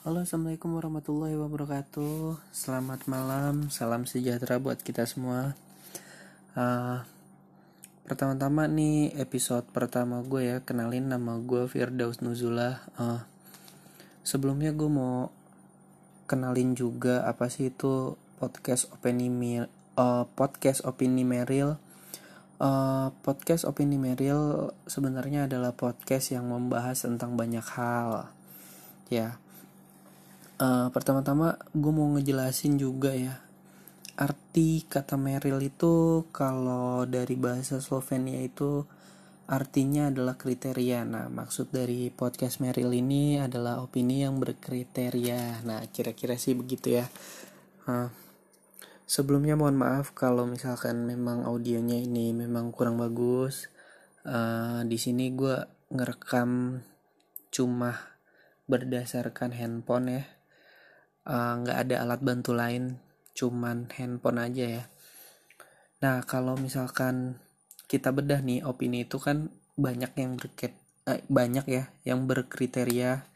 Halo, assalamualaikum warahmatullahi wabarakatuh. Selamat malam, salam sejahtera buat kita semua. Pertama-tama nih episode pertama gue ya, kenalin nama gue Firdaus Nuzula. Sebelumnya gue mau kenalin juga apa sih itu podcast opini Meril. Podcast opini Meril sebenarnya adalah podcast yang membahas tentang banyak hal. Ya. Pertama-tama gue mau ngejelasin juga ya, arti kata Meril itu kalau dari bahasa Slovenia itu artinya adalah kriteria. Nah, maksud dari podcast Meril ini adalah opini yang berkriteria. Nah, kira-kira sih begitu ya. Sebelumnya mohon maaf kalau misalkan memang audionya ini memang kurang bagus. Di sini gue ngerekam cuma berdasarkan handphone ya. Nggak ada alat bantu lain, cuman handphone aja ya. Nah, kalau misalkan kita bedah nih, opini itu kan banyak yang berkriteria.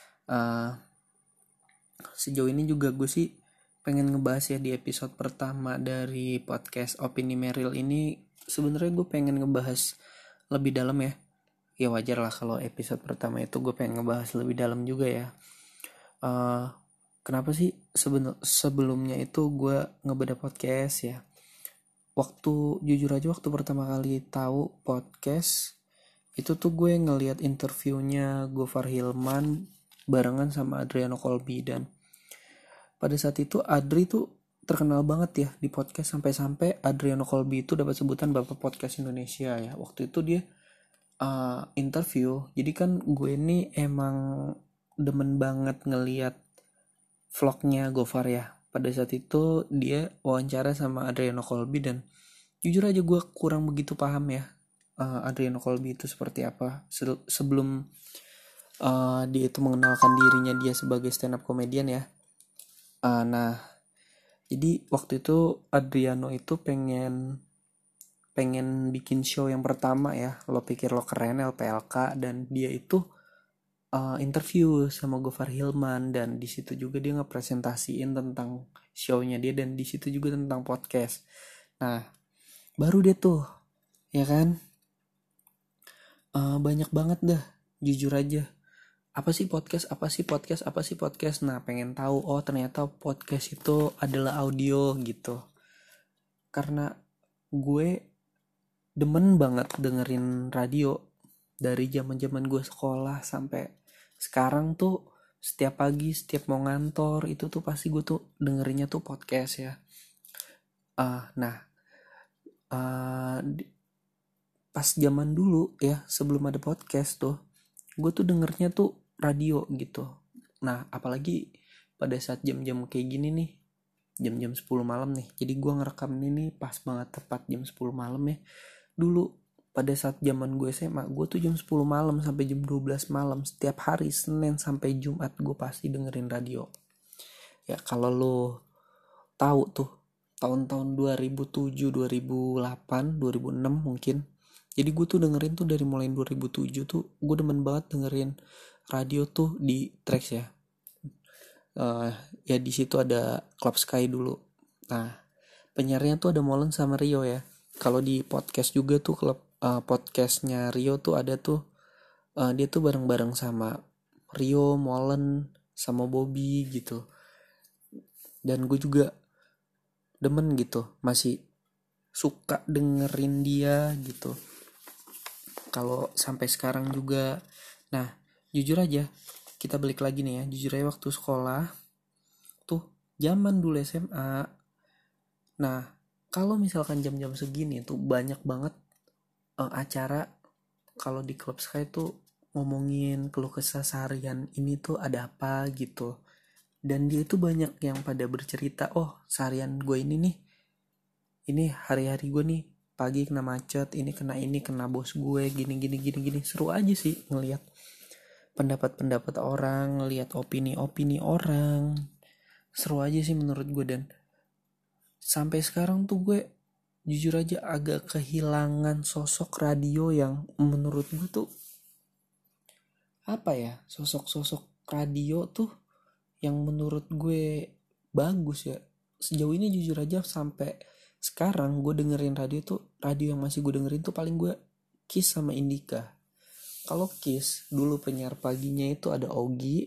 Sejauh ini juga gue sih pengen ngebahas ya di episode pertama dari podcast opini Meril ini. Sebenarnya gue pengen ngebahas lebih dalam ya. Ya wajar lah kalau episode pertama itu gue pengen ngebahas lebih dalam juga ya. Kenapa sih sebelumnya itu gue ngebedah podcast ya? Jujur aja waktu pertama kali tahu podcast itu tuh gue ngelihat interviewnya Gofar Hilman barengan sama Adriano Colby, dan pada saat itu Adri tuh terkenal banget ya di podcast, sampai-sampai Adriano Colby itu dapat sebutan Bapak Podcast Indonesia ya. Waktu itu dia interview. Jadi kan gue ini emang demen banget ngelihat vlognya Gofar ya. Pada saat itu dia wawancara sama Adriano Colby, dan jujur aja gue kurang begitu paham ya Adriano Colby itu seperti apa sebelum dia itu mengenalkan dirinya dia sebagai stand up comedian ya. Nah, jadi waktu itu Adriano itu pengen bikin show yang pertama ya, Lo Pikir Lo Keren, LPLK, dan dia itu interview sama Gofar Hilman, dan di situ juga dia ngepresentasiin tentang show-nya dia, dan di situ juga tentang podcast. Nah, baru dia tuh ya kan banyak banget dah, jujur aja, apa sih podcast. Nah, pengen tahu, oh ternyata podcast itu adalah audio gitu. Karena gue demen banget dengerin radio dari zaman gue sekolah sampai sekarang tuh. Setiap pagi, setiap mau ngantor itu tuh pasti gue tuh dengerinnya tuh podcast ya. Pas zaman dulu ya, sebelum ada podcast tuh, gue tuh dengernya tuh radio gitu. Nah, apalagi pada saat jam-jam kayak gini nih, jam-jam 10 malam nih. Jadi gue ngerekam ini pas banget tepat jam 10 malam ya. Dulu pada saat zaman gue SMA, gue tuh jam 10 malam sampai jam 12 malam setiap hari Senin sampai Jumat gue pasti dengerin radio. Ya, kalau lo tahu tuh tahun-tahun 2007, 2008, 2006 mungkin. Jadi gue tuh dengerin tuh dari mulai 2007 tuh gue demen banget dengerin radio tuh di Trax ya. Ya di situ ada Club Sky dulu. Nah, penyiarnya tuh ada Molen sama Rio ya. Kalau di podcast juga tuh podcastnya Rio tuh ada tuh dia tuh bareng-bareng sama Rio, Molen, sama Bobby gitu. Dan gue juga demen gitu, masih suka dengerin dia gitu. Kalau sampai sekarang juga. Nah, jujur aja, kita balik lagi nih ya. Jujur aja waktu sekolah tuh, zaman dulu SMA. Nah, kalau misalkan jam-jam segini tuh banyak banget acara. Kalau di Club Sky tuh ngomongin keluh kesah seharian ini tuh ada apa gitu. Dan dia tuh banyak yang pada bercerita, oh seharian gue ini hari-hari gue nih, pagi kena macet, ini kena bos gue, gini. Seru aja sih ngelihat pendapat orang, ngelihat opini orang. Seru aja sih menurut gue. Dan sampai sekarang tuh gue jujur aja agak kehilangan sosok radio yang menurut gue tuh apa ya, sosok radio tuh yang menurut gue bagus ya. Sejauh ini jujur aja sampai sekarang gue dengerin radio yang masih gue dengerin tuh paling gue Kiss sama Indika. Kalau Kiss dulu penyiar paginya itu ada Ogi.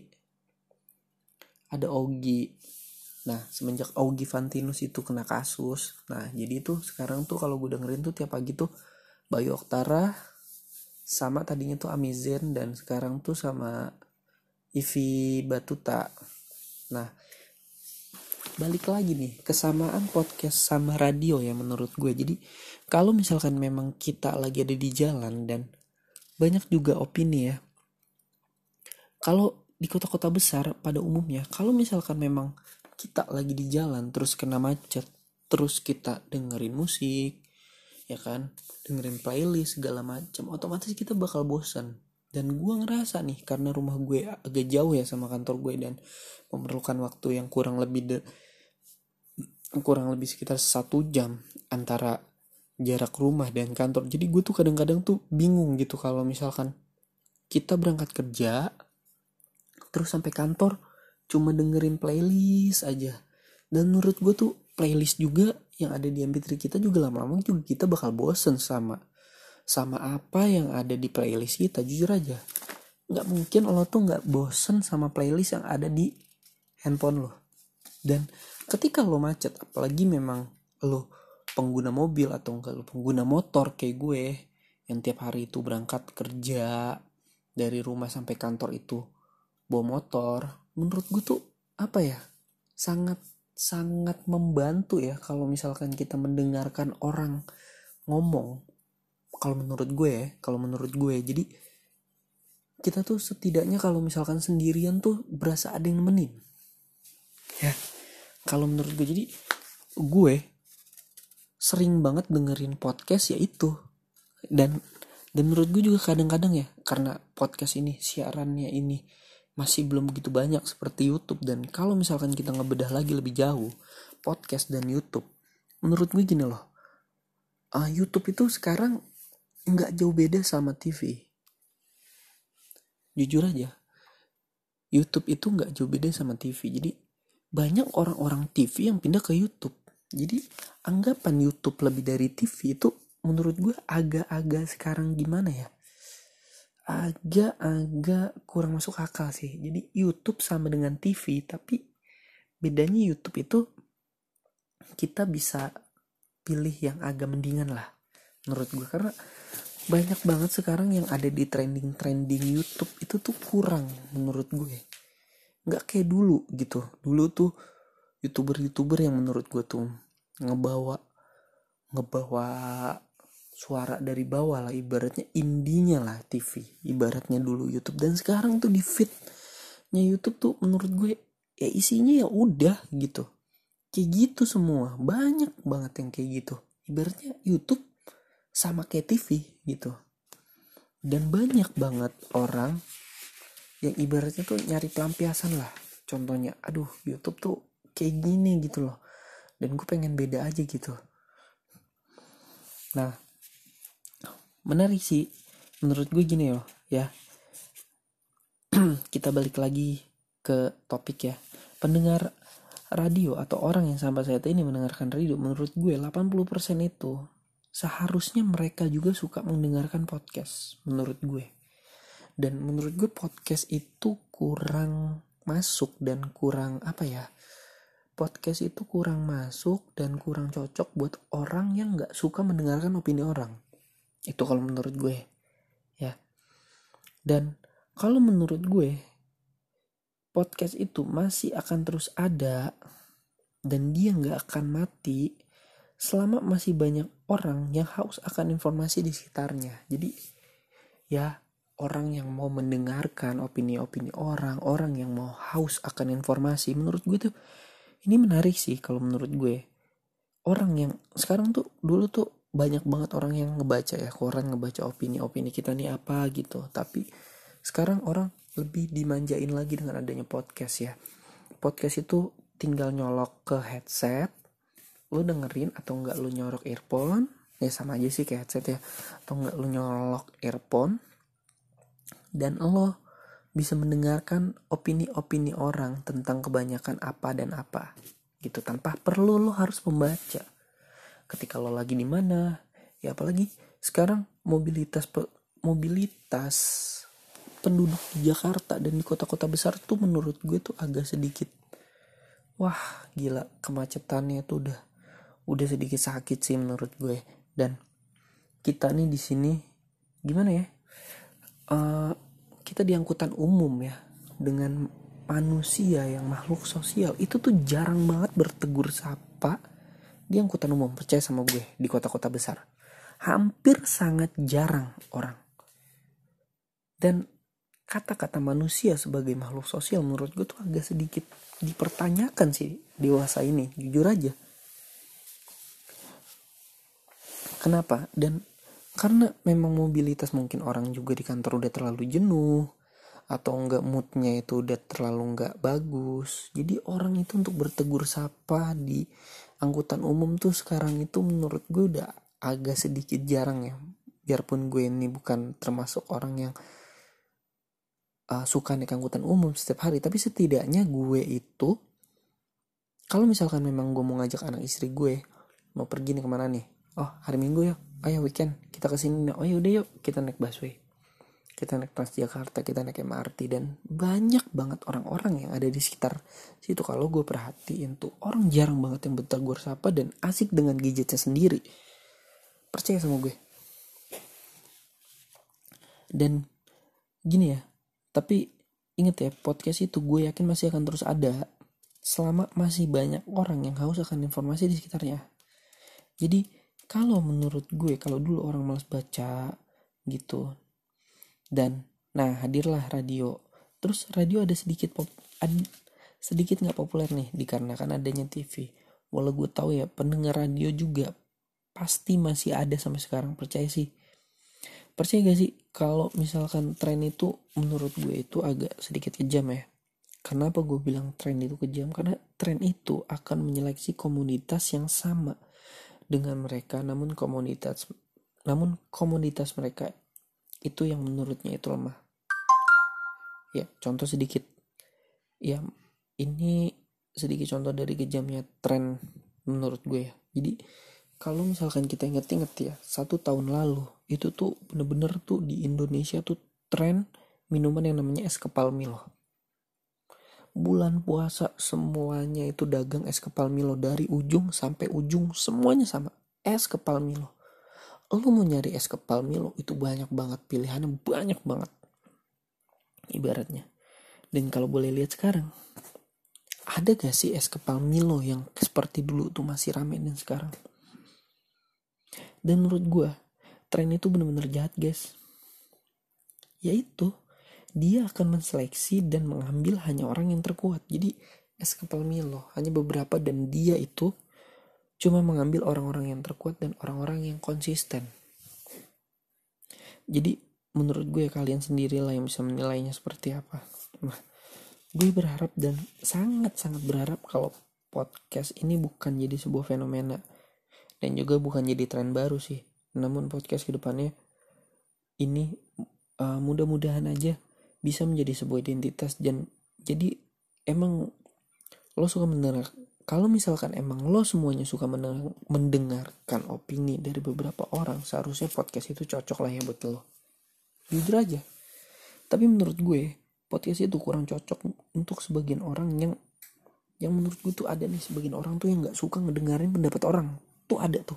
Nah semenjak Augie Fantinus itu kena kasus, nah jadi tuh sekarang tuh kalau gue dengerin tuh tiap pagi tuh Bayu Oktara, sama tadinya tuh Amizen, dan sekarang tuh sama Ivi Batuta. Nah balik lagi nih, kesamaan podcast sama radio ya menurut gue. Jadi kalau misalkan memang kita lagi ada di jalan, dan banyak juga opini ya, kalau di kota-kota besar pada umumnya, kalau misalkan memang kita lagi di jalan terus kena macet, terus kita dengerin musik, ya kan, dengerin playlist segala macam, otomatis kita bakal bosan. Dan gue ngerasa nih, karena rumah gue agak jauh ya sama kantor gue, dan memerlukan waktu yang kurang lebih sekitar 1 jam antara jarak rumah dan kantor. Jadi gue tuh kadang-kadang tuh bingung gitu kalau misalkan kita berangkat kerja terus sampai kantor cuma dengerin playlist aja. Dan menurut gue tuh playlist juga yang ada di MP3 kita juga lama-lama juga kita bakal bosen sama apa yang ada di playlist kita. Jujur aja, nggak mungkin lo tuh nggak bosen sama playlist yang ada di handphone lo. Dan ketika lo macet, apalagi memang lo pengguna mobil atau enggak lo pengguna motor kayak gue yang tiap hari itu berangkat kerja dari rumah sampai kantor itu bawa motor, menurut gue tuh apa ya, sangat membantu ya kalau misalkan kita mendengarkan orang ngomong. Kalau menurut gue jadi kita tuh setidaknya kalau misalkan sendirian tuh berasa ada yang nemenin ya, kalau menurut gue. Jadi gue sering banget dengerin podcast ya itu. Dan menurut gue juga kadang-kadang ya, karena podcast ini siarannya ini masih belum begitu banyak seperti YouTube. Dan kalau misalkan kita ngebedah lagi lebih jauh podcast dan YouTube, menurut gue gini loh, YouTube itu sekarang nggak jauh beda sama TV. Jujur aja, YouTube itu nggak jauh beda sama TV. Jadi banyak orang-orang TV yang pindah ke YouTube. Jadi anggapan YouTube lebih dari TV itu menurut gue agak-agak sekarang gimana ya, agak kurang masuk akal sih. Jadi YouTube sama dengan TV, tapi bedanya YouTube itu kita bisa pilih yang agak mendingan lah menurut gue. Karena banyak banget sekarang yang ada di trending YouTube itu tuh kurang menurut gue. Nggak kayak dulu gitu. Dulu tuh YouTuber yang menurut gue tuh ngebawa suara dari bawah lah, ibaratnya indinya lah TV, ibaratnya dulu YouTube. Dan sekarang tuh di feednya YouTube tuh menurut gue ya isinya ya udah gitu, kayak gitu semua, banyak banget yang kayak gitu. Ibaratnya YouTube sama kayak TV gitu. Dan banyak banget orang yang ibaratnya tuh nyari pelampiasan lah. Contohnya, aduh YouTube tuh kayak gini gitu loh, dan gue pengen beda aja gitu. Nah menarik sih menurut gue gini loh ya. Kita balik lagi ke topik ya. Pendengar radio atau orang yang sampai saat ini mendengarkan radio, menurut gue 80% itu seharusnya mereka juga suka mendengarkan podcast menurut gue. Dan menurut gue podcast itu kurang masuk dan kurang apa ya, podcast itu kurang masuk dan kurang cocok buat orang yang gak suka mendengarkan opini orang. Itu kalau menurut gue ya. Dan kalau menurut gue podcast itu masih akan terus ada dan dia gak akan mati selama masih banyak orang yang haus akan informasi di sekitarnya. Jadi ya, orang yang mau mendengarkan opini-opini orang yang mau haus akan informasi, menurut gue tuh ini menarik sih kalau menurut gue. Orang yang sekarang tuh, dulu tuh banyak banget orang yang ngebaca ya koran, ngebaca opini kita nih apa gitu. Tapi sekarang orang lebih dimanjain lagi dengan adanya podcast ya. Podcast itu tinggal nyolok ke headset, lu dengerin, atau enggak lu nyorok earphone, ya sama aja sih kayak headset ya, atau enggak lu nyolok earphone dan lo bisa mendengarkan opini-opini orang tentang kebanyakan apa dan apa gitu, tanpa perlu lo harus membaca ketika lo lagi di mana ya. Apalagi sekarang mobilitas penduduk di Jakarta dan di kota-kota besar tuh menurut gue tuh agak sedikit, wah gila, kemacetannya tuh udah sedikit sakit sih menurut gue. Dan kita nih di sini gimana ya, kita di angkutan umum ya, dengan manusia yang makhluk sosial itu tuh jarang banget bertegur sapa di angkutan umum. Percaya sama gue, di kota-kota besar hampir sangat jarang orang. Dan kata-kata manusia sebagai makhluk sosial menurut gue tuh agak sedikit dipertanyakan sih dewasa ini, jujur aja. Kenapa? Dan karena memang mobilitas, mungkin orang juga di kantor udah terlalu jenuh, atau enggak moodnya itu udah terlalu enggak bagus. Jadi orang itu untuk bertegur sapa di angkutan umum tuh sekarang itu menurut gue udah agak sedikit jarang ya. Biarpun gue ini bukan termasuk orang yang suka naik angkutan umum setiap hari, tapi setidaknya gue itu kalau misalkan memang gue mau ngajak anak istri gue mau pergi nih kemana nih, oh hari Minggu yuk, ayo weekend kita kesini, oh ya udah yuk kita naik busway, kita naik Transjakarta, kita naik MRT. Dan banyak banget orang-orang yang ada di sekitar situ, kalau gue perhatiin tuh orang jarang banget yang bertegur sapa dan asik dengan gadgetnya sendiri. Percaya sama gue. Dan gini ya, tapi inget ya, podcast itu gue yakin masih akan terus ada selama masih banyak orang yang haus akan informasi di sekitarnya. Jadi kalau menurut gue, kalau dulu orang malas baca gitu, dan hadirlah radio. Terus radio ada sedikit nggak populer nih dikarenakan adanya TV. Walau gue tahu ya pendengar radio juga pasti masih ada sampai sekarang. Percaya gak sih kalau misalkan tren itu menurut gue itu agak sedikit kejam ya. Kenapa gue bilang tren itu kejam? Karena tren itu akan menyeleksi komunitas yang sama dengan mereka, namun komunitas mereka itu yang menurutnya itu lemah. Ya, contoh sedikit. Ya, ini sedikit contoh dari kejamnya tren menurut gue ya. Jadi, kalau misalkan kita inget-inget ya, 1 tahun lalu itu tuh bener-bener tuh di Indonesia tuh tren minuman yang namanya es kepal Milo. Bulan puasa semuanya itu dagang es kepal Milo, dari ujung sampai ujung semuanya sama, es kepal Milo. Lo mau nyari es kepal Milo itu banyak banget pilihannya, banyak banget ibaratnya. Dan kalau boleh lihat sekarang, ada gak sih es kepal Milo yang seperti dulu tuh masih rame dan sekarang? Dan menurut gue tren itu benar-benar jahat guys. Yaitu dia akan menseleksi dan mengambil hanya orang yang terkuat. Jadi es kepal Milo hanya beberapa, dan dia itu cuma mengambil orang-orang yang terkuat dan orang-orang yang konsisten. Jadi menurut gue kalian sendirilah yang bisa menilainya seperti apa. Nah, gue berharap dan sangat-sangat berharap kalau podcast ini bukan jadi sebuah fenomena dan juga bukan jadi tren baru sih. Namun podcast kedepannya ini mudah-mudahan aja bisa menjadi sebuah identitas. Dan jadi emang lo suka mendengar, kalau misalkan emang lo semuanya suka mendengarkan opini dari beberapa orang, seharusnya podcast itu cocok lah ya buat lo, jujur aja. Tapi menurut gue podcast itu kurang cocok untuk sebagian orang yang menurut gue tuh ada nih, sebagian orang tuh yang nggak suka ngedengerin pendapat orang tuh ada tuh.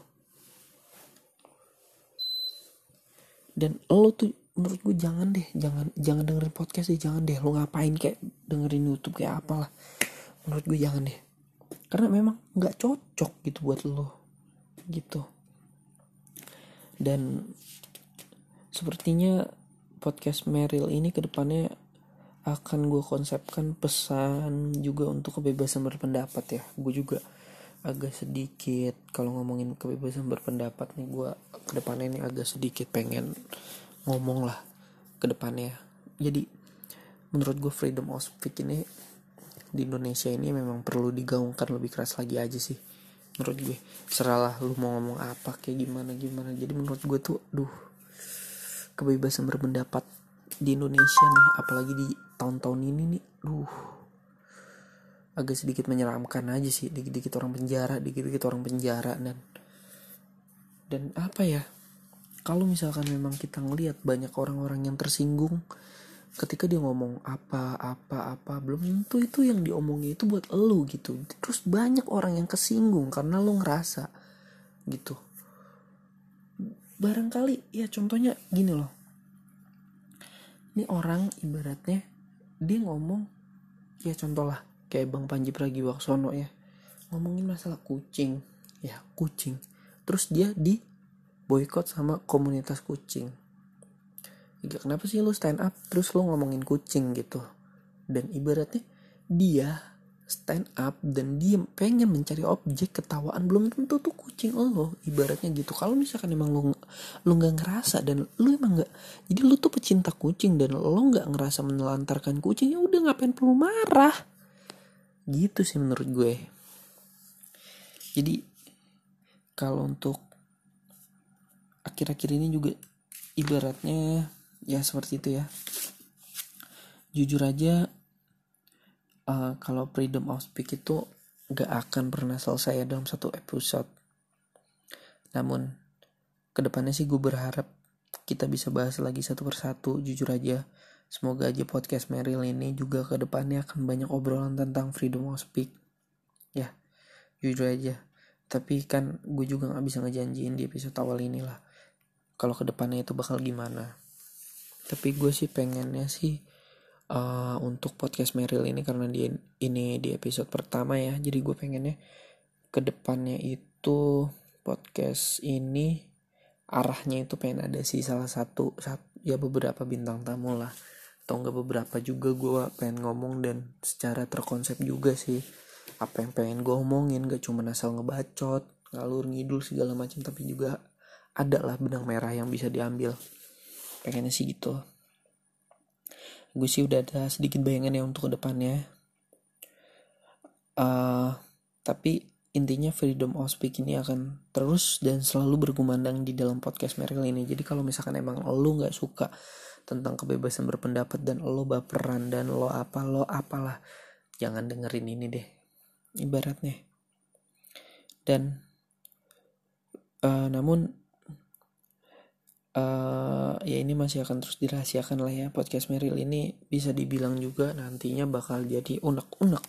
Dan lo tuh menurut gue jangan dengerin podcast deh, jangan deh. Lo ngapain kayak dengerin YouTube kayak apalah, menurut gue jangan deh, karena memang nggak cocok gitu buat lo gitu. Dan sepertinya podcast Meryl ini kedepannya akan gue konsepkan pesan juga untuk kebebasan berpendapat ya. Gue juga agak sedikit kalau ngomongin kebebasan berpendapat nih, gue kedepannya ini agak sedikit pengen ngomong lah kedepannya. Jadi menurut gue freedom of speech ini di Indonesia ini memang perlu digaungkan lebih keras lagi aja sih. Menurut gue seralah lu mau ngomong apa kayak gimana. Jadi menurut gue tuh kebebasan berpendapat di Indonesia nih, apalagi di tahun-tahun ini nih, agak sedikit menyeramkan aja sih. Dikit-dikit orang penjara dan apa ya, kalau misalkan memang kita ngelihat banyak orang-orang yang tersinggung ketika dia ngomong apa belum tentu itu yang diomongin itu buat elu gitu. Terus banyak orang yang kesinggung karena lo ngerasa gitu. Barangkali ya contohnya gini loh, ini orang ibaratnya dia ngomong, ya contoh lah kayak Bang Panji Pragiwaksono ya, ngomongin masalah kucing, terus dia di boykot sama komunitas kucing. Ya, kenapa sih lu stand up terus lu ngomongin kucing gitu? Dan ibaratnya dia stand up dan dia pengen mencari objek ketawaan, belum tentu tuh kucing lo, ibaratnya gitu. Kalau misalkan emang lu nggak ngerasa dan lu emang nggak, jadi lu tuh pecinta kucing dan lo nggak ngerasa menelantarkan kucing, ya udah ngapain perlu marah gitu sih menurut gue. Jadi kalau untuk akhir-akhir ini juga ibaratnya ya seperti itu ya, jujur aja kalau freedom of speech itu gak akan pernah selesai ya dalam satu episode. Namun kedepannya sih gue berharap kita bisa bahas lagi satu persatu. Jujur aja, semoga aja podcast Meryl ini juga kedepannya akan banyak obrolan tentang freedom of speech. Ya, jujur aja. Tapi kan gue juga gak bisa ngejanjiin di episode awal inilah kalau kedepannya itu bakal gimana. Tapi gue sih pengennya sih untuk podcast Meryl ini, karena ini di episode pertama ya, jadi gue pengennya kedepannya itu podcast ini arahnya itu pengen ada sih salah satu ya beberapa bintang tamu lah, atau enggak beberapa juga. Gue pengen ngomong dan secara terkonsep juga sih apa yang pengen gue omongin, gak cuma asal ngebacot ngalur ngidul segala macam, tapi juga ada lah benang merah yang bisa diambil. Pengennya sih gitu. Gue sih udah ada sedikit bayangan ya untuk kedepannya. Tapi intinya freedom of speech ini akan terus dan selalu berkumandang di dalam podcast Meryl ini. Jadi kalau misalkan emang lo gak suka tentang kebebasan berpendapat dan lo baperan dan lo apalah, jangan dengerin ini deh ibaratnya. Dan namun ya ini masih akan terus dirahasiakan lah ya. Podcast Meryl ini bisa dibilang juga nantinya bakal jadi unek-unek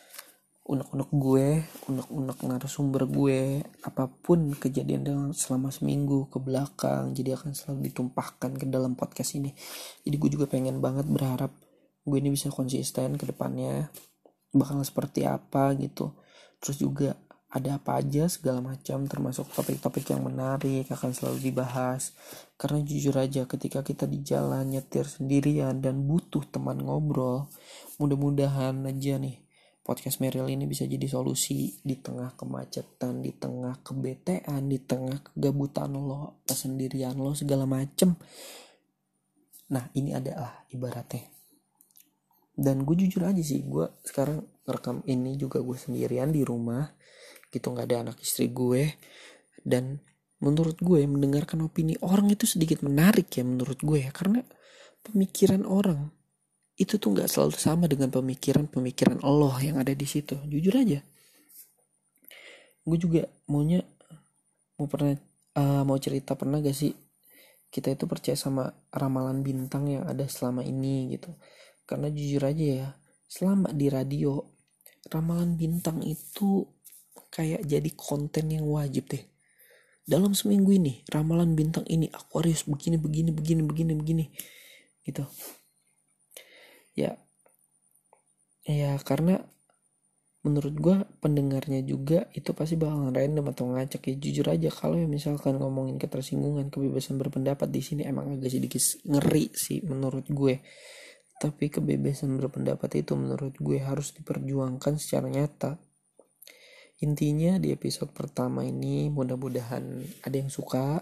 gue, unek narasumber gue, apapun kejadian dalam selama seminggu ke belakang, jadi akan selalu ditumpahkan ke dalam podcast ini. Jadi gue juga pengen banget berharap gue ini bisa konsisten ke depannya bakal seperti apa gitu. Terus juga ada apa aja segala macam, termasuk topik-topik yang menarik akan selalu dibahas. Karena jujur aja ketika kita di jalan nyetir sendirian dan butuh teman ngobrol, mudah-mudahan aja nih podcast Meryl ini bisa jadi solusi di tengah kemacetan, di tengah kebetean, di tengah kegabutan lo, kesendirian lo segala macem. Nah ini adalah ibaratnya. Dan gue jujur aja sih, gue sekarang rekam ini juga gue sendirian di rumah gitu, gak ada anak istri gue. Dan menurut gue mendengarkan opini orang itu sedikit menarik ya menurut gue ya, karena pemikiran orang itu tuh gak selalu sama dengan pemikiran Allah yang ada di situ. Jujur aja gue juga mau cerita, pernah gak sih kita itu percaya sama ramalan bintang yang ada selama ini gitu. Karena jujur aja ya, selama di radio ramalan bintang itu kayak jadi konten yang wajib deh. Dalam seminggu ini ramalan bintang ini Aquarius begini gitu. Ya karena menurut gue pendengarnya juga itu pasti bakal random atau ngacak ya. Jujur aja kalau misalkan ngomongin ketersinggungan, kebebasan berpendapat di sini emang agak sedikit ngeri sih menurut gue. Tapi kebebasan berpendapat itu menurut gue harus diperjuangkan secara nyata. Intinya di episode pertama ini mudah-mudahan ada yang suka.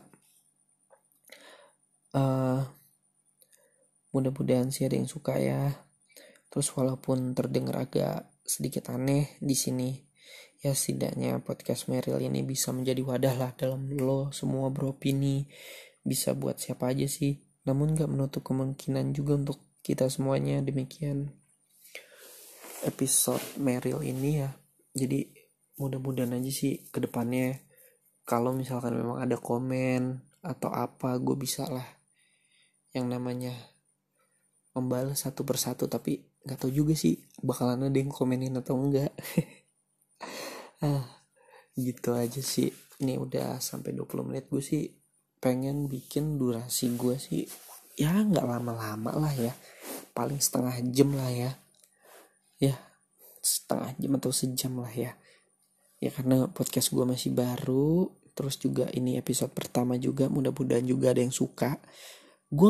Mudah-mudahan sih ada yang suka ya. Terus walaupun terdengar agak sedikit aneh di sini, ya setidaknya podcast Meryl ini bisa menjadi wadah lah dalam lo semua beropini. Bisa buat siapa aja sih. Namun gak menutup kemungkinan juga untuk kita semuanya. Demikian episode Meryl ini ya. Jadi mudah-mudahan aja sih ke depannya kalau misalkan memang ada komen atau apa, gue bisa lah yang namanya membalas satu persatu. Tapi nggak tahu juga sih bakalan ada yang komenin atau enggak. Gitu aja sih. Ini udah sampai 20 menit. Gue sih pengen bikin durasi gue sih ya nggak lama-lama lah ya, paling setengah jam lah ya, setengah jam atau sejam lah ya karena podcast gue masih baru. Terus juga ini episode pertama juga, mudah-mudahan juga ada yang suka. Gue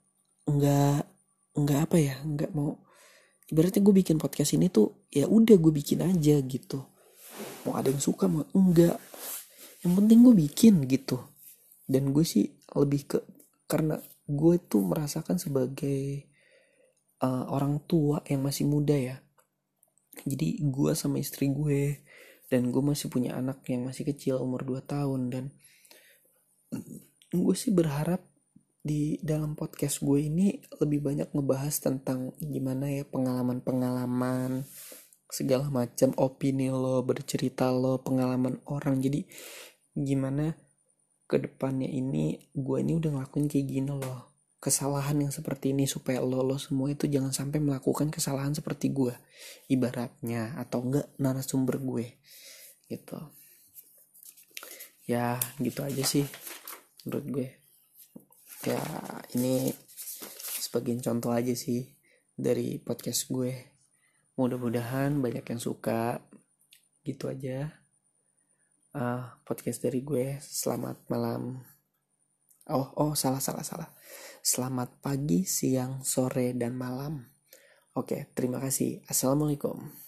nggak apa ya, nggak mau, ibaratnya gue bikin podcast ini tuh ya udah gue bikin aja gitu, mau ada yang suka mau enggak, yang penting gue bikin gitu. Dan gue sih lebih ke, karena gue tuh merasakan sebagai orang tua yang masih muda ya. Jadi gue sama istri gue, dan gue masih punya anak yang masih kecil umur 2 tahun. Dan gue sih berharap di dalam podcast gue ini lebih banyak ngebahas tentang gimana ya, pengalaman-pengalaman segala macam, opini lo, bercerita lo, pengalaman orang. Jadi gimana kedepannya ini gue ini udah ngelakuin kayak gini loh, kesalahan yang seperti ini, supaya lo semua itu jangan sampai melakukan kesalahan seperti gue ibaratnya, atau enggak narasumber gue gitu ya. Gitu aja sih menurut gue ya. Ini sebagai contoh aja sih dari podcast gue, mudah-mudahan banyak yang suka. Gitu aja podcast dari gue. Selamat malam. Salah. Selamat pagi, siang, sore, dan malam. Oke, terima kasih. Assalamualaikum.